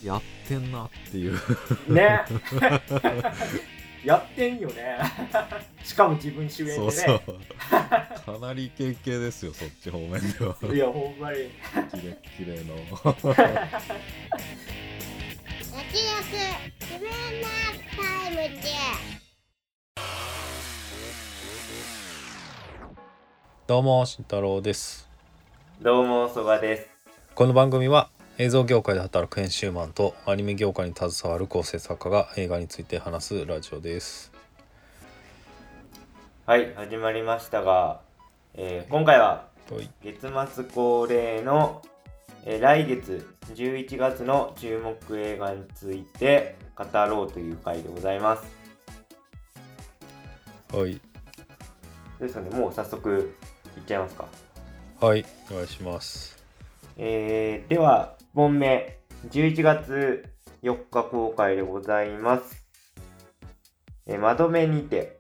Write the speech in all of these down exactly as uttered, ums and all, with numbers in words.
やってんなっていうねやってんよねしかも自分主演でね。 そうそうかなりイケイケですよ、そっち方面では。 いやほんまにキレッキレの焼き焼自分のタイムでどうも慎太郎です。 どうもそばです。 この番組は映像業界で働く編集マンとアニメ業界に携わる構成作家が映画について話すラジオです。 はい始まりましたが、えー、今回ははい月末恒例の、えー、来月じゅういちがつの注目映画について語ろうという回でございます。 はいですのでもう早速いっちゃいますか。 はいお願いします。 えー、ではいっぽんめじゅういちがつよっか公開でございます。えー、まとめにて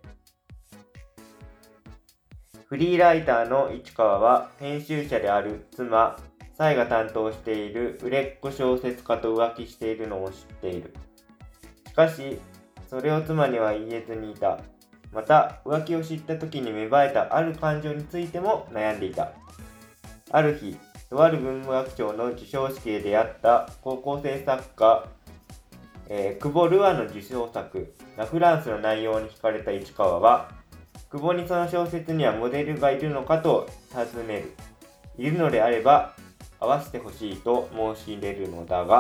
フリーライターの市川は編集者である妻サイが担当している売れっ子小説家と浮気しているのを知っている。しかしそれを妻には言えずにいた。また浮気を知った時に芽生えたある感情についても悩んでいた。ある日とある文部学賞の授賞式で出会った高校生作家、えー、久保ルアの受賞作ラ・フランスの内容に惹かれた市川は久保にその小説にはモデルがいるのかと尋ねる。いるのであれば会わせてほしいと申し入れるのだが、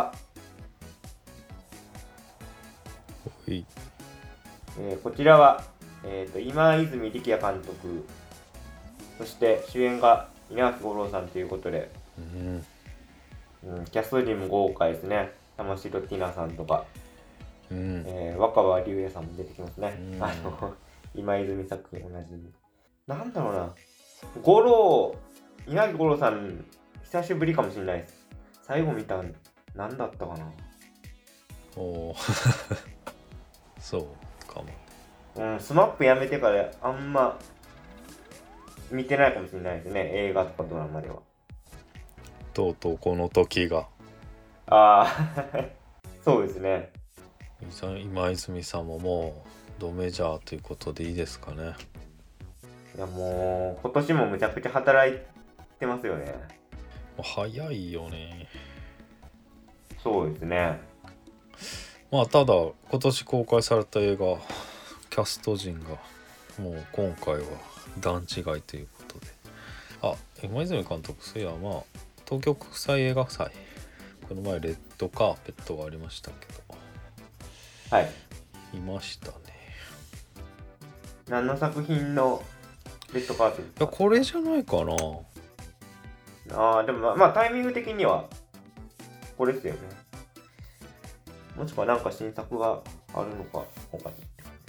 はいえー、こちらは、えー、と今泉力也監督、そして主演が稲垣吾郎さんということで、 うんうん、キャスト陣も豪華ですね。玉城ティナさんとか、 うんえー、若葉龍也さんも出てきますね。 うんあの今泉作品同じに。なんだろうな、五郎、稲垣吾郎さん久しぶりかもしれないです。最後見たん何だったかな。 おそうかも。 うん、スマップやめてからあんま見てないかもしれないですね、映画とかドラマでは。 とうとうこの時がああそうですね。 今泉さんももうドメジャーということでいいですかね。 いやもう今年もむちゃくちゃ働いてますよね。 もう早いよね。 そうですね。 まあただ今年公開された映画キャスト陣がもう今回は段違いということで、あ今泉監督そういやまあ東京国際映画祭この前レッドカーペットがありましたけど、 はい。 いましたね。 何の作品のレッドカーペッいやト？ これじゃないかな。 ああでもまあ、まあ、タイミング的にはこれですよね。もしくはなんか新作があるのか他に。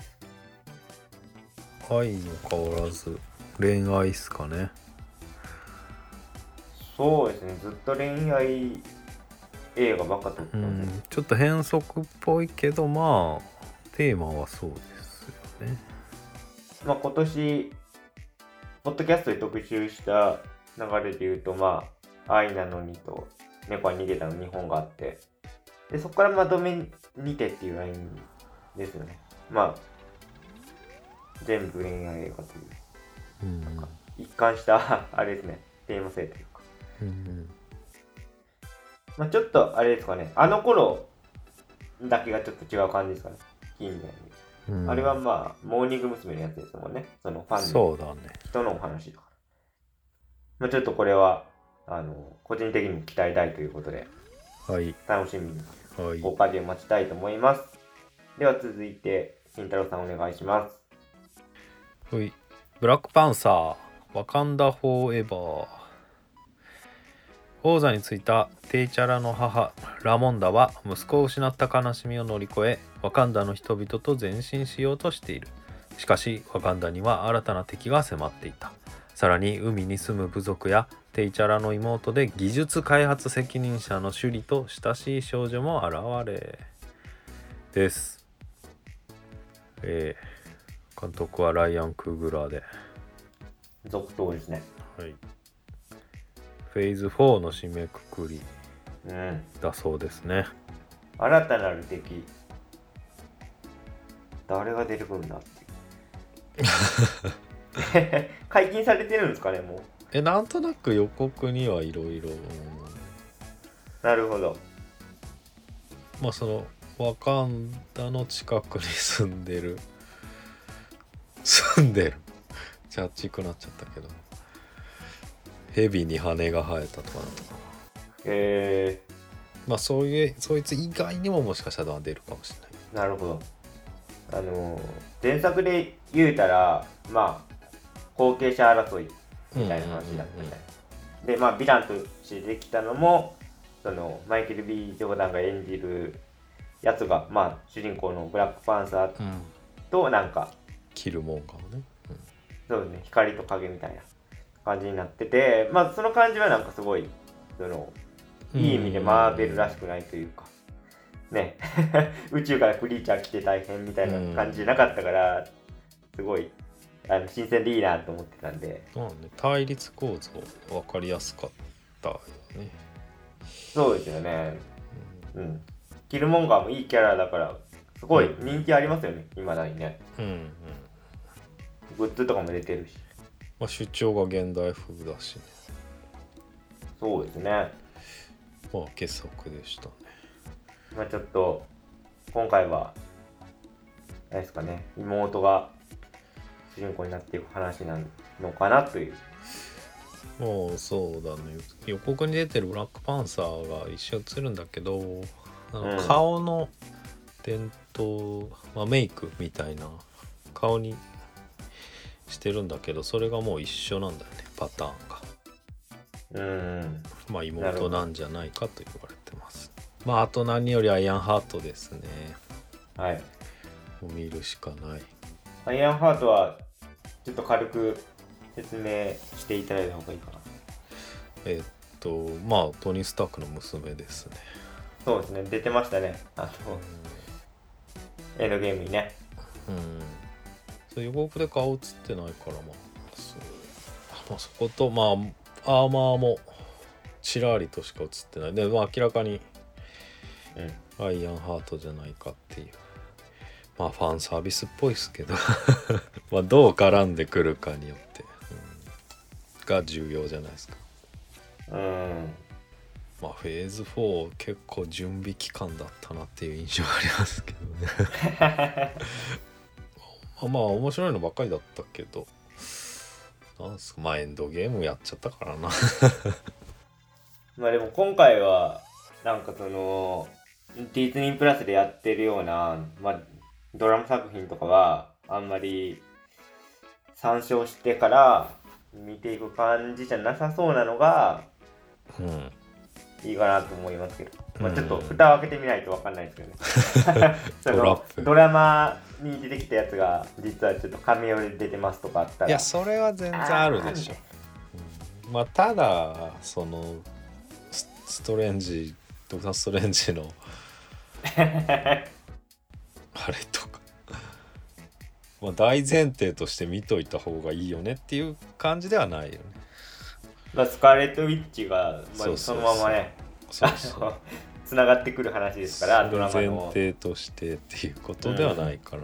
愛の変わらず恋愛っすかね。 そうですね、ずっと恋愛映画ばっか撮ってうますね。 んちょっと変則っぽいけどまあテーマはそうですよね。 まあ今年ポッドキャストで特集した流れで言うと、まあ愛なのにと猫は逃げたのにほんがあって、でそこからまとめにてっていうラインですよね。まあ全部恋愛映画という、 うんなんか一貫したあれですね、テーマ性というか、 うんまあちょっとあれですかね、あの頃だけがちょっと違う感じですかね、近年に。 うん、 あれはまあモーニング娘。のやつですもんね、そのファンのそうだね。 人のお話だから。まあちょっとこれはあの個人的にも期待大ということで、 はい楽しみにはい公開で待ちたいと思います。では続いて慎太郎さんお願いします。 はい。ブラックパンサーワカンダフォーエバー。王座についたテイチャラの母ラモンダは息子を失った悲しみを乗り越えワカンダの人々と前進しようとしている。しかしワカンダには新たな敵が迫っていた。さらに海に住む部族やテイチャラの妹で技術開発責任者のシュリと親しい少女も現れです。えー、監督はライアン・クーグラーで、 続投ですね。 はい、フェーズフォーの締めくくりうん。 だそうですね。 新たなる敵。誰が出てくるんだっていう解禁されてるんですかね、もう。 えなんとなく予告にはいろいろなるほど。 まあそのワカンダの近くに住んでる住んでるチャッチくなっちゃったけど蛇に羽が生えたとかなんとかえまあそういうそいつ以外にももしかしたら出るかもしれない。 ー、なるほど。あのー、前作で言うたら、まあ、後継者争いみたいな話だったみたいな。で、まあ、ヴィランとしてできたのも、そのマイケル・ B ・ジョーダンが演じるやつが、まあ、主人公のブラックパンサーとなんか、 キルモンガーね、うん、 そうですね、光と影みたいな感じになってて、まあ、その感じはなんかすごい、そのいい意味でマーベルらしくないというか、ね、宇宙からクリーチャー来て大変みたいな感じじゃなかったから、すごいあの新鮮でいいなと思ってたんで、 まあね、対立構造分かりやすかったよね。 そうですよね、うん、うん、キルモンガーもいいキャラだからすごい人気ありますよね、いまだにね。 うんうん。 グッズとかも出てるし、 まあ、主張が現代風だしね。 そうですね。 まあ傑作でしたね。 まあちょっと今回はあれですかね、妹が主人公になっていく話なのかなという。 もうそうだね、予告に出てるブラックパンサーが一瞬映るんだけど、あの顔の伝統、まあ、メイクみたいな顔にしてるんだけど、それがもう一緒なんだよね、パターンが。 うーん、 まあ妹なんじゃないかと言われてます。まああと何よりアイアンハートですね。 はい。 もう見るしかない。 アイアンハートはちょっと軽く説明していただいた方がいいかな。 えっとまあトニー・スタークの娘ですね。 そうですね、出てましたね、あのエンドゲームにね。 うんそう予告で顔映ってないから、まあそう、まあ、そことまあアーマーもちらりとしか映ってないで、まあ明らかにアイアンハートじゃないかっていう、まあファンサービスっぽいですけどまあどう絡んでくるかによって、うん、が重要じゃないですか。 うん。 まあフェーズフォー結構準備期間だったなっていう印象ありますけどねまあ面白いのばっかりだったけど、なんすか、まあエンドゲームやっちゃったからなまあでも今回はなんかそのディズニープラスでやってるような、まあ、ドラマ作品とかはあんまり参照してから見ていく感じじゃなさそうなのがいいかなと思いますけど、まあ、ちょっと蓋を開けてみないと分かんないですけどねそのドラマに出てきたやつが実はちょっとカメオで出てますとかあったら、 いやそれは全然あるでしょ、うん、まあただそのス, ストレンジドクターストレンジのあれとかまあ大前提として見といた方がいいよねっていう感じではないよね。 まあ、スカーレット・ウィッチが、まあ、そのままねつながってくる話ですからドラマの前提としてっていうことではないから、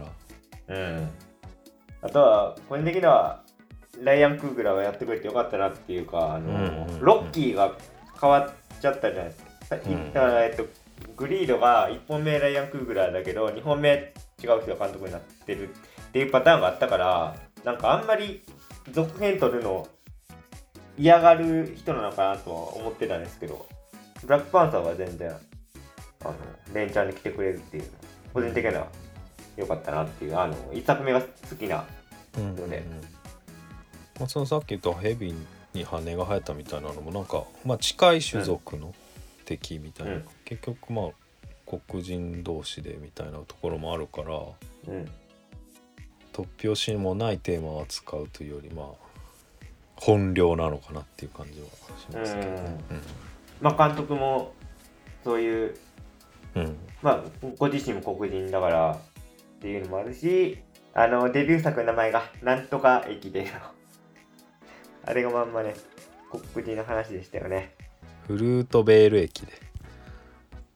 うん、うん、あとは個人的にはライアン・クーグラーがやってくれてよかったなっていうか、あの、うんうんうん、ロッキーが変わっちゃったじゃないですか、うん、だから、えっと、グリードがいっぽんめライアン・クーグラーだけどにほんめ違う人が監督になってるっていうパターンがあったから、なんかあんまり続編撮るの嫌がる人なのかなとは思ってたんですけど、ブラックパンサーは全然あの連チャンで来てくれるっていうの個人的には良かったなっていう、あのいっさくめが好きなので、うんうんうん、 まあ、そのさっき言ったヘビに羽が生えたみたいなのもなんか、まあ、近い種族の敵みたいな、うん、結局まあ黒人同士でみたいなところもあるから、うん、突拍子もないテーマを扱うというよりまあ本領なのかなっていう感じはしますけどね、うんうん、 まあ監督もそういう、うん、まあご自身も黒人だからっていうのもあるし、あのデビュー作の名前がなんとか駅であれがまんまね黒人の話でしたよね。 フルートベール駅で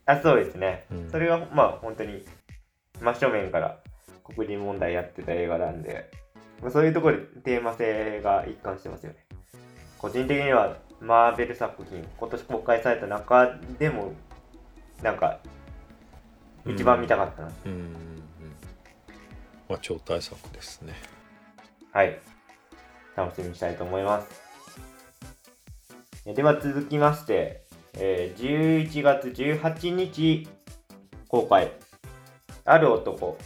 あ、そうですね、 うんそれがまあ本当に真正面から黒人問題やってた映画なんで、まあ、そういうところでテーマ性が一貫してますよね。個人的にはマーベル作品今年公開された中でもなんか一番見たかったな、 うんうんうん、まあ超大作ですね。 はい楽しみにしたいと思います。では続きまして、えー、じゅういちがつじゅうはちにち公開、ある男。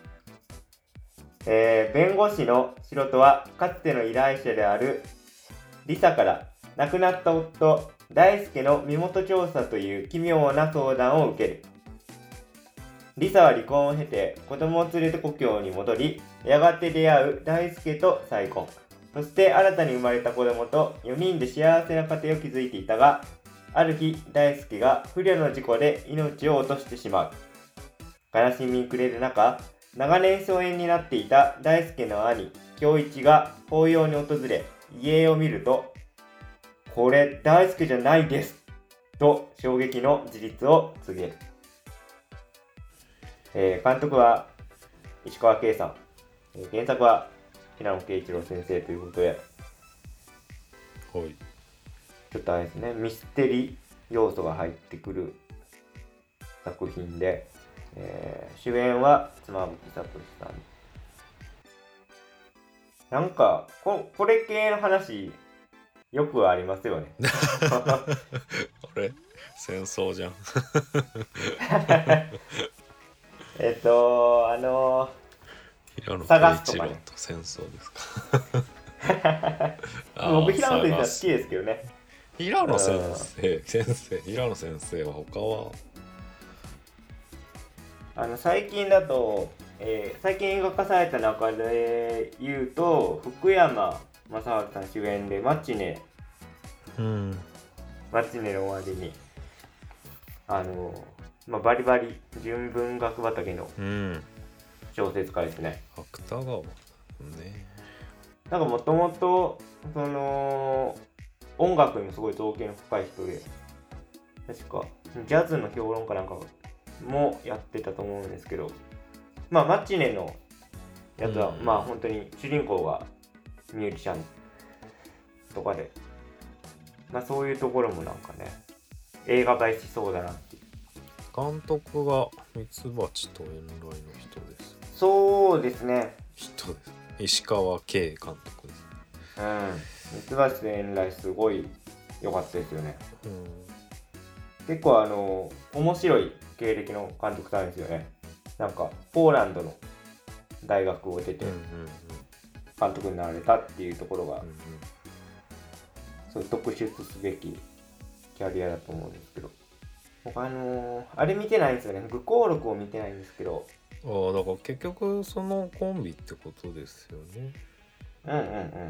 えー、弁護士のシロトはかつての依頼者であるリサから亡くなった夫大輔の身元調査という奇妙な相談を受ける。リサは離婚を経て子供を連れて故郷に戻り、やがて出会う大輔と再婚。そして新たに生まれた子供とよにんで幸せな家庭を築いていたが、ある日大輔が不慮の事故で命を落としてしまう。悲しみに暮れる中、長年疎遠になっていた大輔の兄恭一が法要に訪れ、遺影を見ると、これ大輔じゃないですと衝撃の事実を告げる。えー、監督は石川圭さん、えー、原作は平野啓一郎先生ということで、 はい、 ちょっとあれですね、ミステリー要素が入ってくる作品で、えー、主演は妻夫木聡さん。なんか こ, これ系の話よくありますよね。 あれ戦争じゃん。 えっとあの平野探啓一郎すとかねと戦争ですか。 僕平野先生は好探すきですけどね。 平野先生先生平野先生は他はあの最近だと、えー、最近映画化された中で言うと福山雅治さん主演でマチネうんマチネの終わりにあの、まあ、バリバリ純文学畑のうん小説家ですね。 芥川ね。 なんかもともとその音楽にもすごい造形の深い人で、確かジャズの評論家なんかもやってたと思うんですけど、まあマチネのやつは、 うん、 まあ本当に主人公がミュージシャンとかで、まあそういうところもなんかね映画映えしそうだなっていう。 監督がミツバチと遠来の人です。 そうですね。 人です。石川圭監督です。 うん。ミツバチと遠来すごい良かったですよね。 うん、 結構あの面白い経歴の監督さんですよね。なんかポーランドの大学を出て監督になられたっていうところが、 うんうん、 そういう特筆すべきキャリアだと思うんですけど、僕あのー、あれ見てないんですよね。愚行録を見てないんですけど。 ああ、だから結局そのコンビってことですよね。 うんうんうん。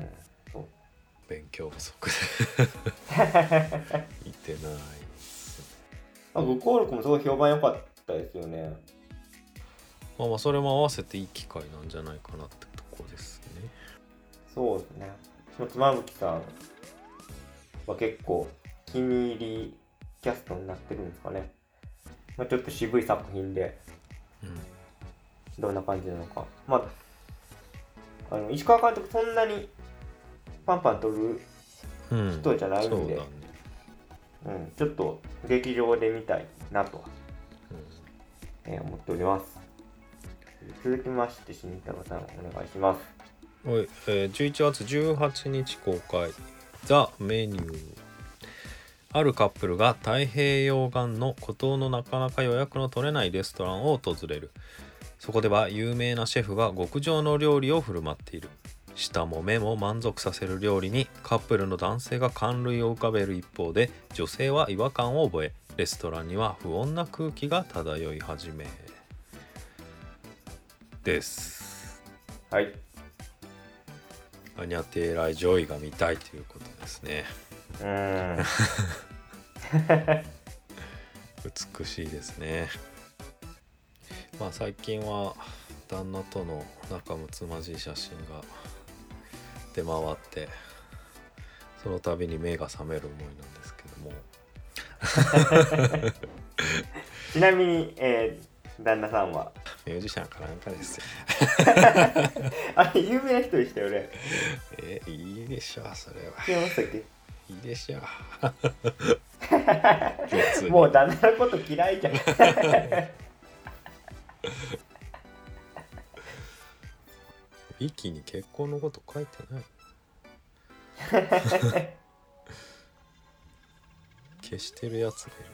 そう。 勉強不足で見てないですね。 あ、愚行録もすごい評判良かったですよね。 まあまあそれも合わせていい機会なんじゃないかなってとこですね。 そうですね。妻夫木さんは結構気に入りキャストになってるんですかね。まあ、ちょっと渋い作品で、 うん、 どんな感じなのか。まあ、あの石川監督そんなにパンパン撮る人じゃないんで、うん、 そうだね、 うん、ちょっと劇場で見たいなとは、うんえー、思っております。続きまして新太郎さんお願いします。 はい、えー、じゅういちがつじゅうはちにち公開、ザ・メニュー。あるカップルが太平洋岸の孤島のなかなか予約の取れないレストランを訪れる。そこでは有名なシェフが極上の料理を振る舞っている。舌も目も満足させる料理にカップルの男性が感涙を浮かべる一方で、女性は違和感を覚え、レストランには不穏な空気が漂い始めです。 はい。 アニャ・テイライ・ジョイが見たいということですね。 うーん美しいですね。まあ最近は旦那との仲睦まじい写真が出回って、その度に目が覚める思いなんですけどもちなみに、えー、旦那さんはミュージシャンかなんかですよ。 あれ有名な人でしたよね。 えいいでしょそれは。 知ってましたっけ？ いいでしょもう旦那のこと嫌いじゃん。 ウィキに結婚のこと書いてない。消してるやつがい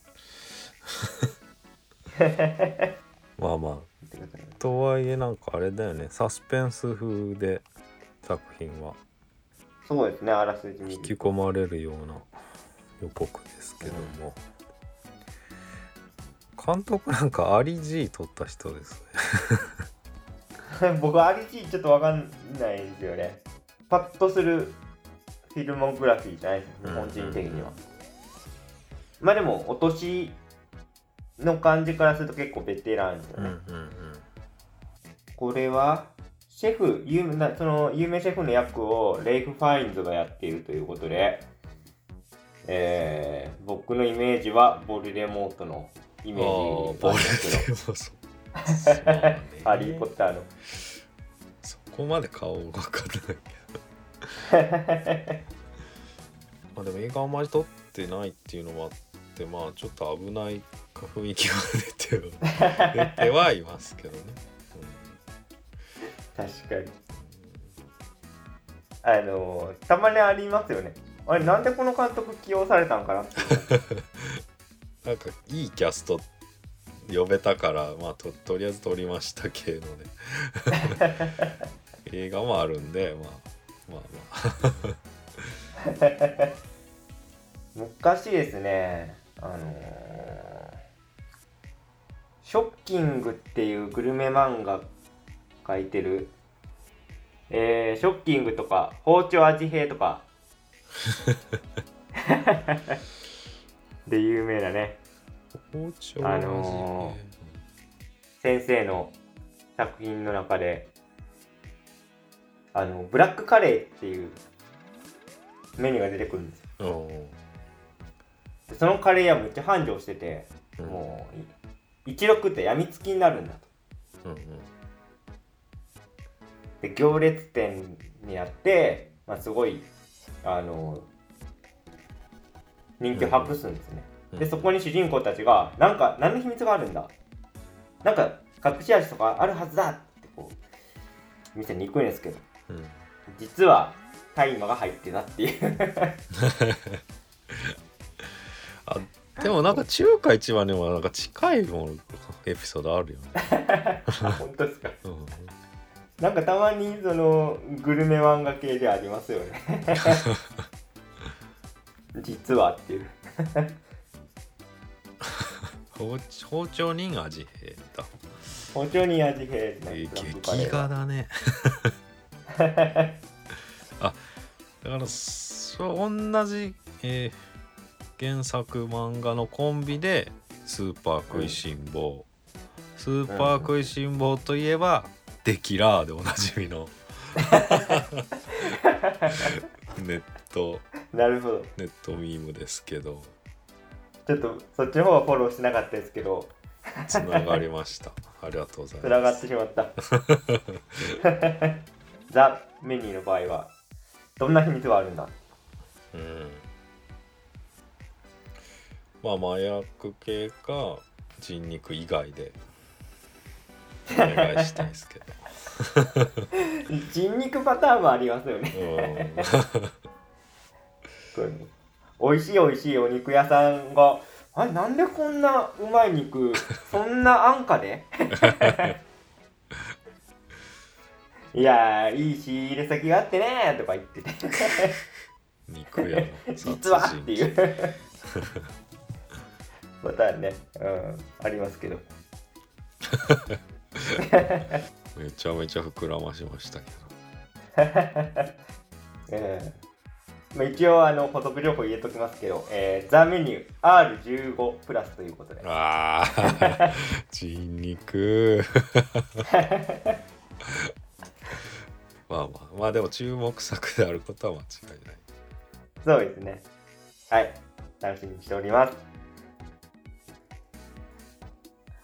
るじゃん。まあまあとはいえなんかあれだよね、サスペンス風で作品はそうですね、あらすじ引き込まれるような予告ですけども、うん、監督なんかアリ G 撮った人ですね。僕アリ G ちょっとわかんないですよね。パッとするフィルモグラフィーじゃないです、日本人的には。まあでもお年の感じからすると結構ベテランですよね。 うんうんうん、 これはシェフ有名なその有名シェフの役をレイフ・ファインズがやっているということで、えー、僕のイメージはボルデモートのイメージボルデモートハリー・ポッターのそこまで顔動かないけどまあでも映画あんまり撮ってないっていうのもあってまあちょっと危ない雰囲気が出てる出てはいますけどね、 うん、確かにあのー、たまにありますよね。あれなんでこの監督起用されたんかなってなんかいいキャスト呼べたからまあ と, とりあえず撮りました系のね映画もあるんでまあまあまあ昔ですね、あのー、ショッキングっていうグルメ漫画書いてる、えー、ショッキングとか包丁味変とかで有名なね、 包丁あのー、先生の作品の中であのブラックカレーっていうメニューが出てくるんですよ。そのカレー屋めっちゃ繁盛してて、うん、もう一度食ってやみつきになるんだと、うんうん、で行列店になって、まあ、すごいあの人気を博すんですね、うんうん、でそこに主人公たちがなんか何の秘密があるんだ、なんか隠し味とかあるはずだってこう店に行くんですけど、うん、実は大麻が入ってたっていうあでもなんか中華一番にもなんか近いものエピソードあるよね本当ですか、うん、なんかたまにそのグルメ漫画系でありますよね実はっていう包丁人味変だ包丁人味変、 えー、激画だねあだからそう同じ、えー原作漫画のコンビでスーパー食いしん坊、うん、スーパー食いしん坊といえば、うん、デキラーでおなじみのネットなるほどネットミームですけどちょっとそっちの方はフォローしなかったですけどつながりましたありがとうございます。 つながってしまったザ・メニューの場合はどんな秘密があるんだ。 うんまあ麻薬系か人肉以外でお願いしたいですけど人肉パターンもありますよね美味しい美味しいお肉屋さんがあれなんでこんなうまい肉そんな安価でいやいい仕入れ先があってねとか言ってて肉屋の実はっていうパターンね、うん、ありますけどめちゃめちゃ膨らましましたけど、えーまあ、一応あの補足情報入れときますけど、えー、ザメニュー アールじゅうご プラスということでああ人肉まあまあまあでも注目作であることは間違いない。 そうですね、はい楽しみにしております。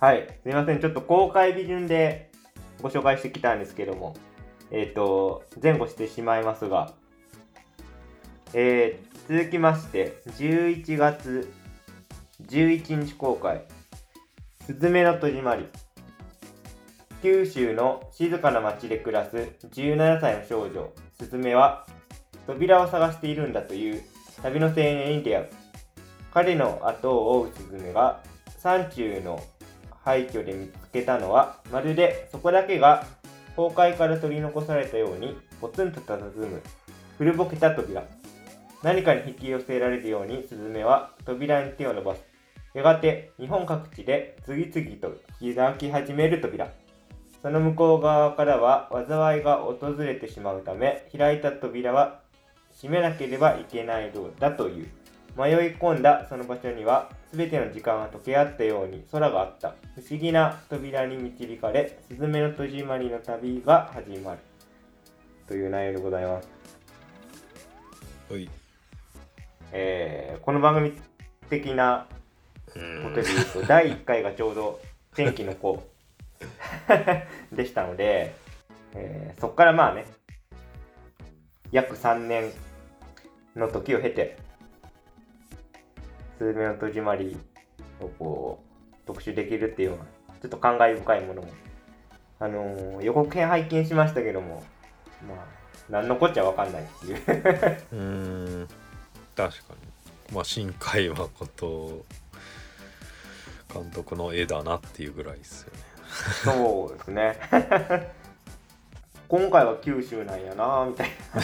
はい、すみません、ちょっと公開日順でご紹介してきたんですけども、えっと、前後してしまいますが、えー、続きまして、じゅういちがつじゅういちにち公開、すずめの戸締まり。九州の静かな町で暮らすじゅうななさいの少女、すずめは、扉を探しているんだという旅の青年に出会う。彼の後を追うすずめが、山中の廃墟で見つけたのは、まるでそこだけが崩壊から取り残されたようにポツンと佇む古ぼけた扉。何かに引き寄せられるようにスズメは扉に手を伸ばす。やがて日本各地で次々と開き始める扉。その向こう側からは災いが訪れてしまうため、開いた扉は閉めなければいけないのだという。迷い込んだその場所には全ての時間が溶け合ったように空があった。不思議な扉に導かれ、すずめの戸締まりの旅が始まるという内容でございます。 はい。 えー、この番組的なことで言うとだいいっかいがちょうど天気の子でしたので、えー、そこからまあね約さんねんの時を経てすずめの戸締まりをこう特集できるっていうようなちょっと感慨深いものも、あのー、予告編拝見しましたけども、まあ何のこっちゃ分かんないっていううーん、確かにまあ新海誠監督の絵だなっていうぐらいですよね。 そうですね今回は九州なんやなみたいな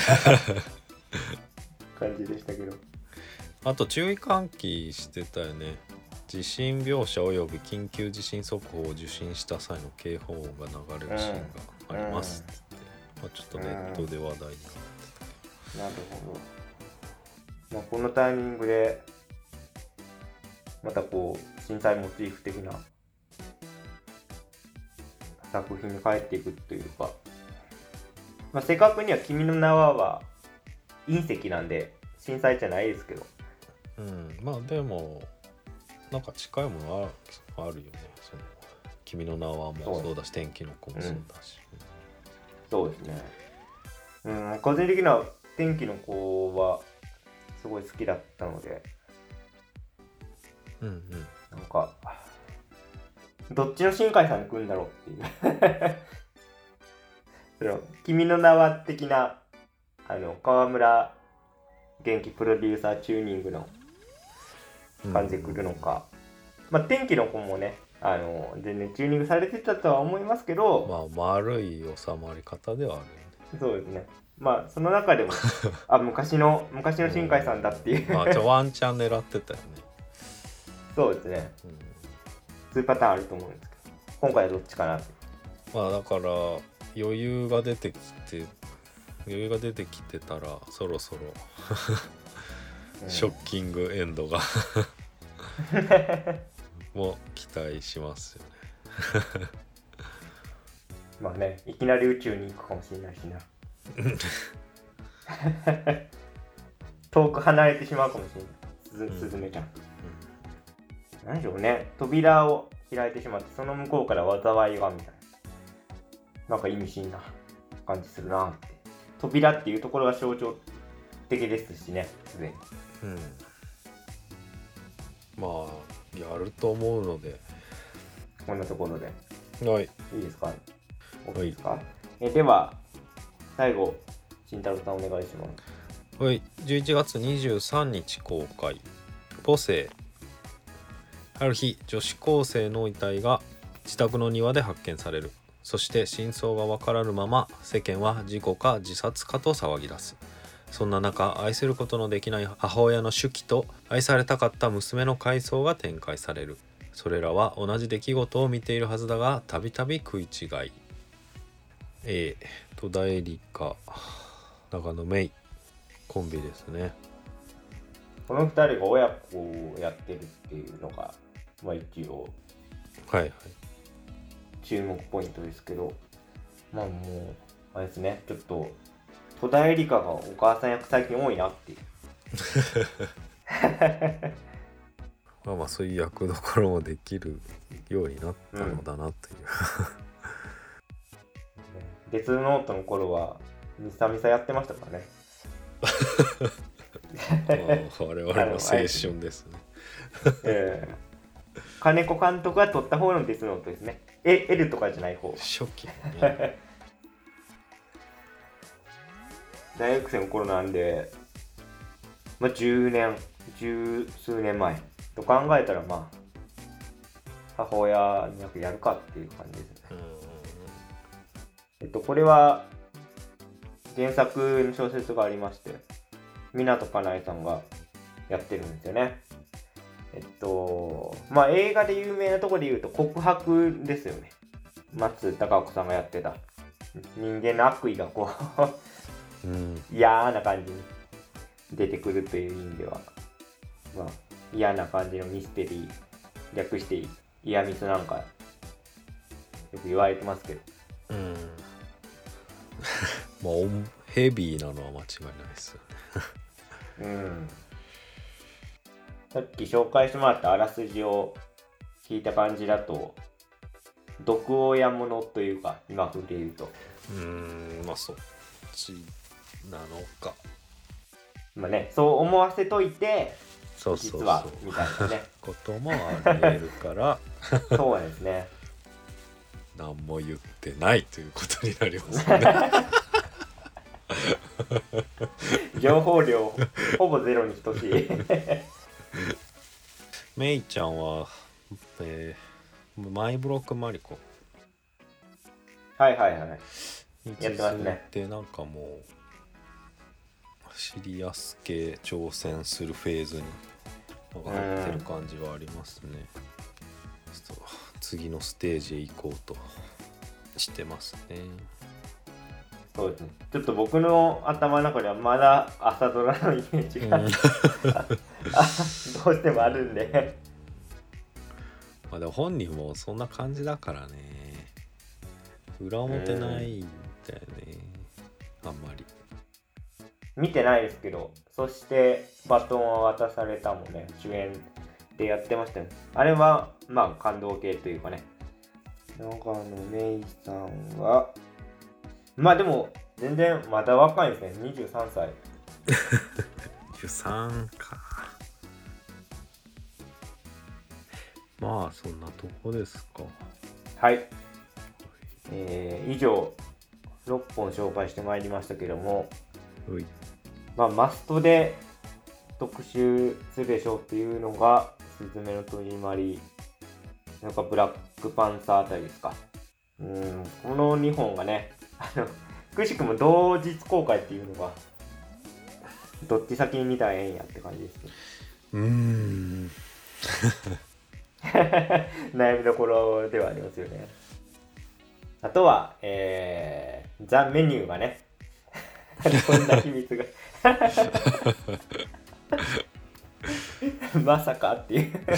感じでしたけど、 あと注意喚起してたよね。地震描写および緊急地震速報を受信した際の警報音が流れるシーンがありますって言って、うんまあ、ちょっとネットで話題になってたけど、なるほど、まあ、このタイミングでまたこう震災モチーフ的な作品に帰っていくというか、まあ、正確には君の名はは隕石なんで震災じゃないですけど、 うん、まあでもなんか近いものある、あるよね。その君の名はもそうだし、天気の子もそうだし、うん、 そうですね、うん、個人的には天気の子はすごい好きだったので、 うんうん、 なんかどっちの新海さんに来るんだろうっていうその君の名は的なあの川村元気プロデューサーチューニングの感じで来るのか、うん、まあ天気の子もねあの全然チューニングされてたとは思いますけど、 まあ丸い収まり方ではあるよね。 そうですね、まあその中でもあ昔の昔の新海さんだっていう、 まあちょワンチャン狙ってたよね。 そうですね、うん、そういうパターンあると思うんですけど、今回はどっちかなって。 まあだから余裕が出てきて余裕が出てきてたらそろそろショッキングエンドがも期待しますよねまあね、いきなり宇宙に行くかもしれないしな遠く離れてしまうかもしれない、すずめちゃん、うん、何でしょうね、扉を開いてしまってその向こうから災いがみたいな、なんか意味深な感じするなって。扉っていうところが象徴的ですしね、すでに、 うん、まあやると思うので、 こんなところではいいいですか、OKですか、はい、えでは最後慎太郎さんお願いします。 はい、じゅういちがつにじゅうさんにち公開、母性。ある日女子高生の遺体が自宅の庭で発見される。そして真相が分からぬまま世間は事故か自殺かと騒ぎ出す。そんな中、愛することのできない母親の手記と愛されたかった娘の回想が展開される。それらは同じ出来事を見ているはずだが、たびたび食い違い。A、戸田恵梨香、長野芽郁コンビですね。 このふたりが親子をやってるっていうのが、まあ、一応はいはい注目ポイントですけど、まあもうあれですね、ちょっと戸田恵梨香がお母さん役最近多いなっていうまあまあそういう役どころもできるようになったのだなという、 デスノートの頃はミサミサやってましたからね。 まあ我々の青春ですね。 えー、金子監督が撮った方のデスノートですね。え L とかじゃない方。 初期のね。 大学生の頃なんで、まあ、じゅうねん、十数年前と考えたら、まあ、母親に役やるかっていう感じですね。 うんえっと、これは原作の小説がありまして、湊かなえさんがやってるんですよね。えっと、まあ映画で有名なところで言うと告白ですよね。松たか子さんがやってた。人間の悪意がこう、 うん、 嫌な感じに出てくるという意味では、まあ嫌な感じのミステリー、略してイヤミスなんかよく言われてますけど。 うん、まあヘビーなのは間違いないですよね。 うん。さっき紹介してもらったあらすじを聞いた感じだと、毒親ものというか、今風で言うと。 うーん、まあそっちなのか。 まあね、そう思わせといて、 そうそうそう実はみたいなね。 こともあり得るからそうなんですね。 何も言ってないということになりますね。 情報量ほぼゼロに等しい。 メイちゃんは、えー、マイブロックマリコはいはいはいにやってますね。 続いてなんかもうシリアス系挑戦するフェーズになんか入ってる感じはありますね。ちょっと次のステージへ行こうとしてますね。 そうですね。ちょっと僕の頭の中ではまだ朝ドラのイメージが、うん、どうしてもあるんで。 まあでも本人もそんな感じだからね。裏表ないんだよね。あんまり。 見てないですけど、そしてバトンを渡されたもね、主演でやってましたね。あれはまあ感動系というかね。長野めいさんはまあでも全然まだ若いですね。にじゅうさんさい。 にじゅうさんか。まあそんなとこですか。 はい。えー、以上ろっぽん紹介してまいりましたけども、 ういまあマストで特集するでしょうっていうのがすずめの戸締まり、なんかブラックパンサーあたりですか。うん、このにほんがね、あのくしくも同日公開っていうのがどっち先に見たらええんやって感じですね。 うーん悩みどころではありますよね。あとは、えー、ザ・メニューがねこんな秘密がまさかっていうこ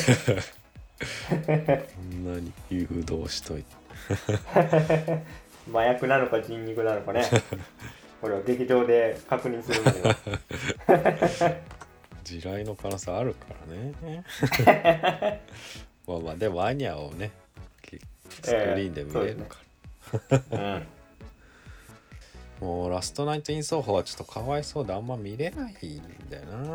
んなに誘導しといて麻薬なのか人肉なのかねこれは劇場で確認するんで地雷の可能性あるからねまあまあでもアニャをねスクリーンで見れるから、 えーねうん、もうラストナイトイン奏法はちょっとかわいそうであんま見れないんだよな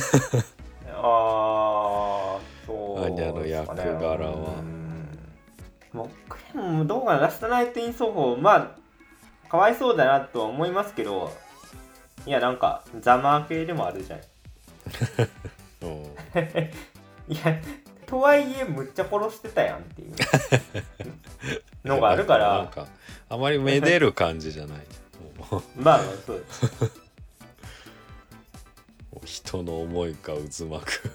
あーそうアニャの役柄はもうもどうかな、ラストナイトイン奏法まあかわいそうだなとは思いますけど、いやなんかザマー系でもあるじゃんいやとはいえむっちゃ殺してたやんっていうのがあるからなんかあまりめでる感じじゃないまあそうです人の思いが渦巻く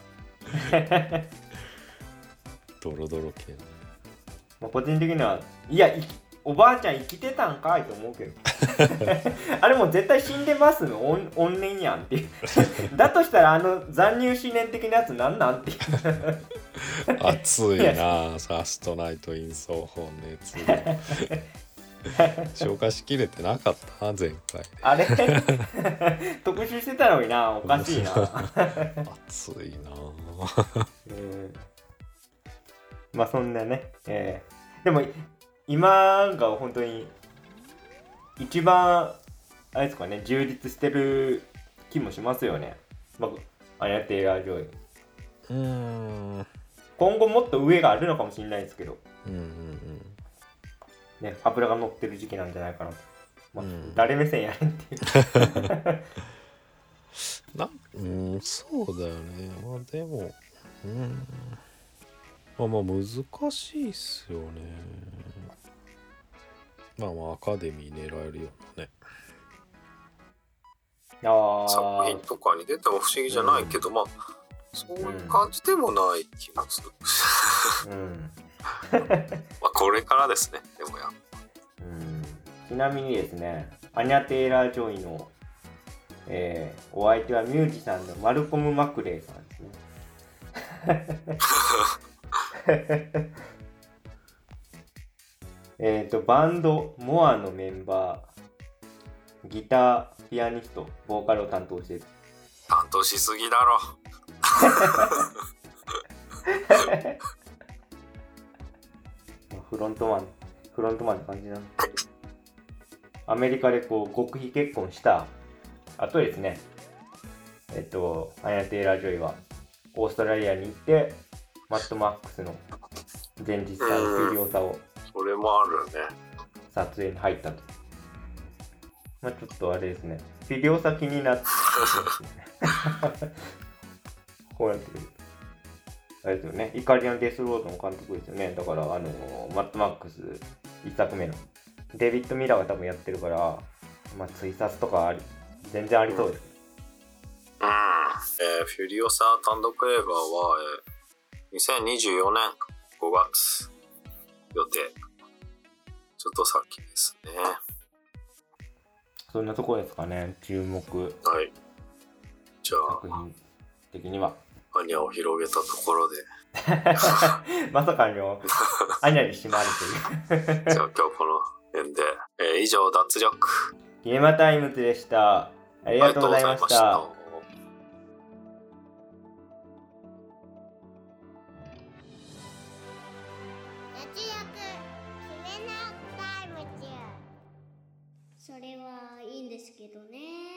ドロドロ系な、 まあ、個人的にはいやおばあちゃん生きてたんかいと思うけどあれもう絶対死んでますの怨念やんっていうだとしたらあの残入思念的なやつなんなんっていう熱いなラストナイトイン奏法熱消化しきれてなかった前回あれ特集してたのになおかしいな熱いなうんまあそんなね、えー、でも今が本当に一番あれですかね、充実してる気もしますよね。まあ、アニャ・テイラー・ジョイ。 うーん今後もっと上があるのかもしれないですけど、 うんうんね、脂が乗ってる時期なんじゃないかなと。まあうん、 誰目線やねんっていう。 なうんそうだよね。まあでもうんまあまあ難しいっすよね。まあまあアカデミー狙えるようなねあ作品とかに出ても不思議じゃないけど、うん、まあそういう感じでもない気がする、うん、まあこれからですね。でもや、 うん、ちなみにですね、アニャ・テイラー・ジョイの、えー、お相手はミュージシャンのマルコム・マクレイさんですね。えっとバンドモアのメンバー、ギター、ピアニスト、ボーカルを担当している。 担当しすぎだろ。 フロントマン、フロントマンって感じなの。アメリカでこう極秘結婚した後ですね、えっとアニャ・テイラー・ジョイはオーストラリアに行ってマッドマックスの前日さんフィリオサをそれもあるね撮影に入ったと。まあちょっとあれですね、フィリオサ気になってこうやってるあれですよね、イカリアン・デスロードの監督ですよね。だからあのマッドマックスいっさくめのデビッド・ミラーが多分やってるから、まあ追殺とかあり全然ありそうです。 うん、えー、フュリオサ単独映画は、えー、にせんにじゅうよねんごがつ予定。ちょっと先ですね。 そんなところですかね、注目。 はい。じゃあ作品的にはアニャを広げたところでまさかのアニャに締まるというじゃあ今日この辺で、えー、以上脱力ゲーマタイムズでした。ありがとうございました。 脱力決めなタイムズ。それはいいんですけどね。